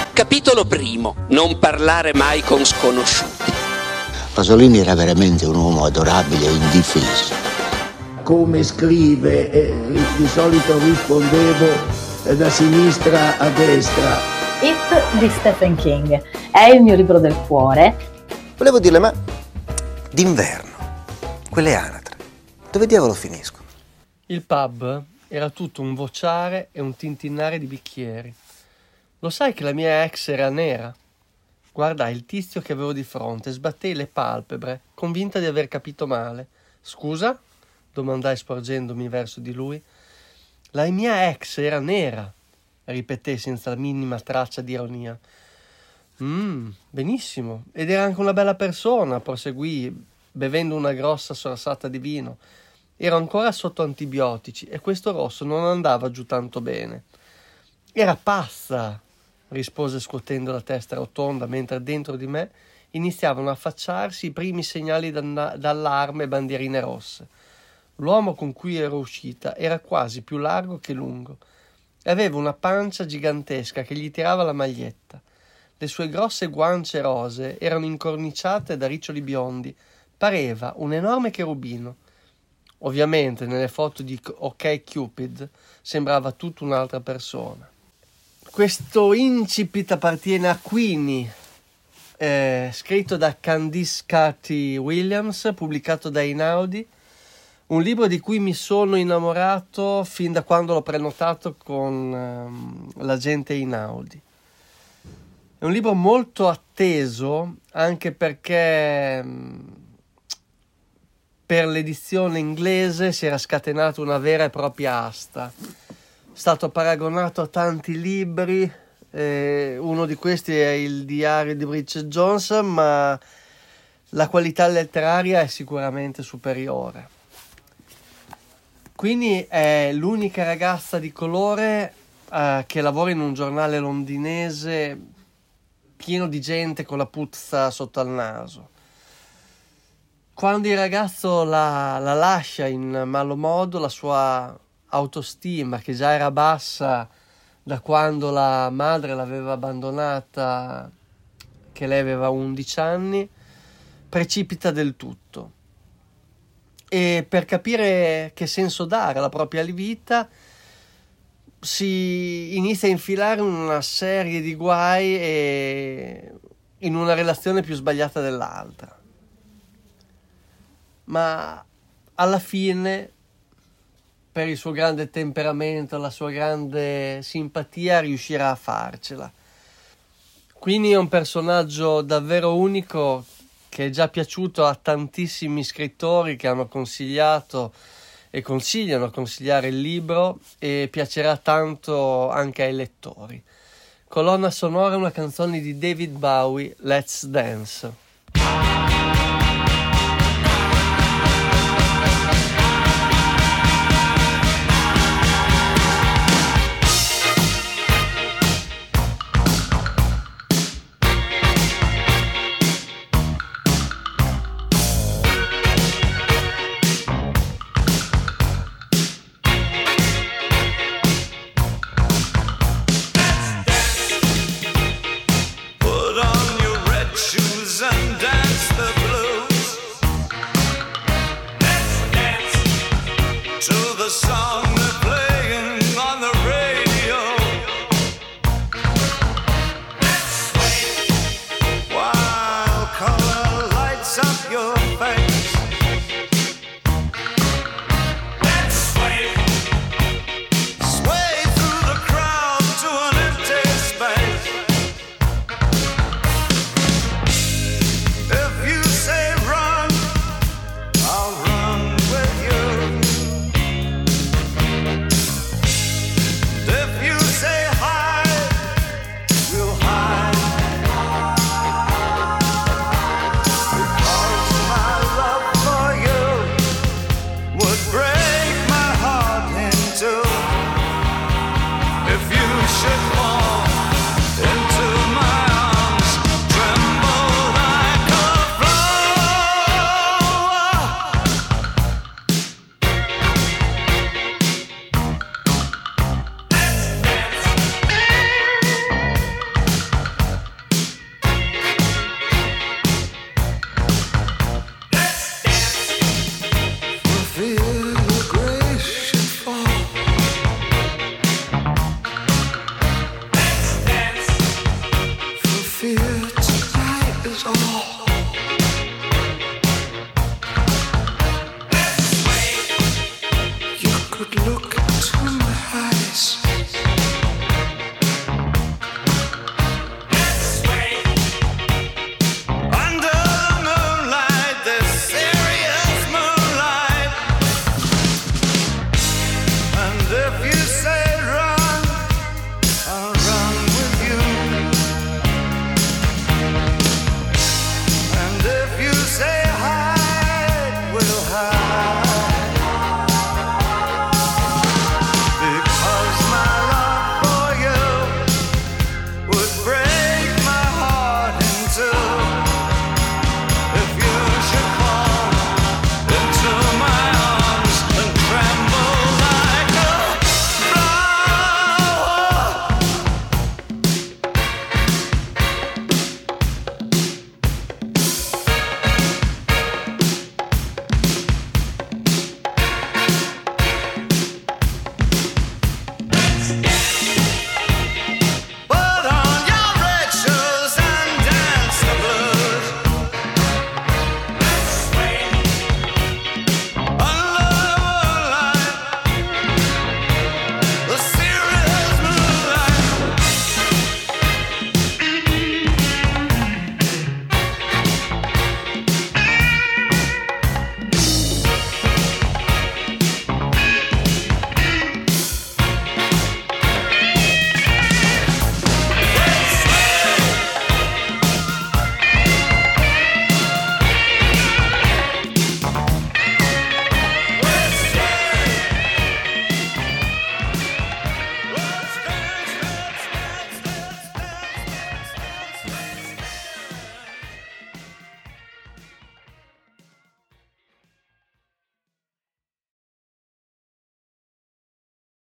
Capitolo primo. Non parlare mai con sconosciuti. Pasolini era veramente un uomo adorabile e indifeso. Come scrive, di solito rispondevo da sinistra a destra. It di Stephen King è il mio libro del cuore. Volevo dirle, ma d'inverno, quelle anatre, dove diavolo finiscono? Il pub era tutto un vociare e un tintinnare di bicchieri. Lo sai che la mia ex era nera? Guardai il tizio che avevo di fronte, sbattei le palpebre, convinta di aver capito male. Scusa? Domandai sporgendomi verso di lui. La mia ex era nera, ripeté senza la minima traccia di ironia. Benissimo. Ed era anche una bella persona, proseguì, bevendo una grossa sorsata di vino. Ero ancora sotto antibiotici e questo rosso non andava giù tanto bene. Era pazza, rispose scuotendo la testa rotonda, mentre dentro di me iniziavano a affacciarsi i primi segnali d'allarme e bandierine rosse. L'uomo con cui ero uscita era quasi più largo che lungo e aveva una pancia gigantesca che gli tirava la maglietta. Le sue grosse guance rosee erano incorniciate da riccioli biondi. Pareva un enorme cherubino. Ovviamente nelle foto di OK Cupid sembrava tutta un'altra persona. Questo incipit appartiene a Queenie, scritto da Candice Carty Williams, pubblicato da Einaudi, un libro di cui mi sono innamorato fin da quando l'ho prenotato con l'agente Einaudi. È un libro molto atteso anche perché per l'edizione inglese si era scatenata una vera e propria asta. È stato paragonato a tanti libri, uno di questi è il diario di Bridget Jones, ma la qualità letteraria è sicuramente superiore. Quindi è l'unica ragazza di colore che lavora in un giornale londinese pieno di gente con la puzza sotto al naso. Quando il ragazzo la lascia in malo modo, la sua autostima, che già era bassa da quando la madre l'aveva abbandonata, che lei aveva 11 anni, precipita del tutto. E per capire che senso dare alla propria vita si inizia a infilare una serie di guai e in una relazione più sbagliata dell'altra. Ma alla fine, per il suo grande temperamento, la sua grande simpatia, riuscirà a farcela. Quindi è un personaggio davvero unico che è già piaciuto a tantissimi scrittori che hanno consigliato e consigliano a consigliare il libro, e piacerà tanto anche ai lettori. Colonna sonora, una canzone di David Bowie, Let's Dance.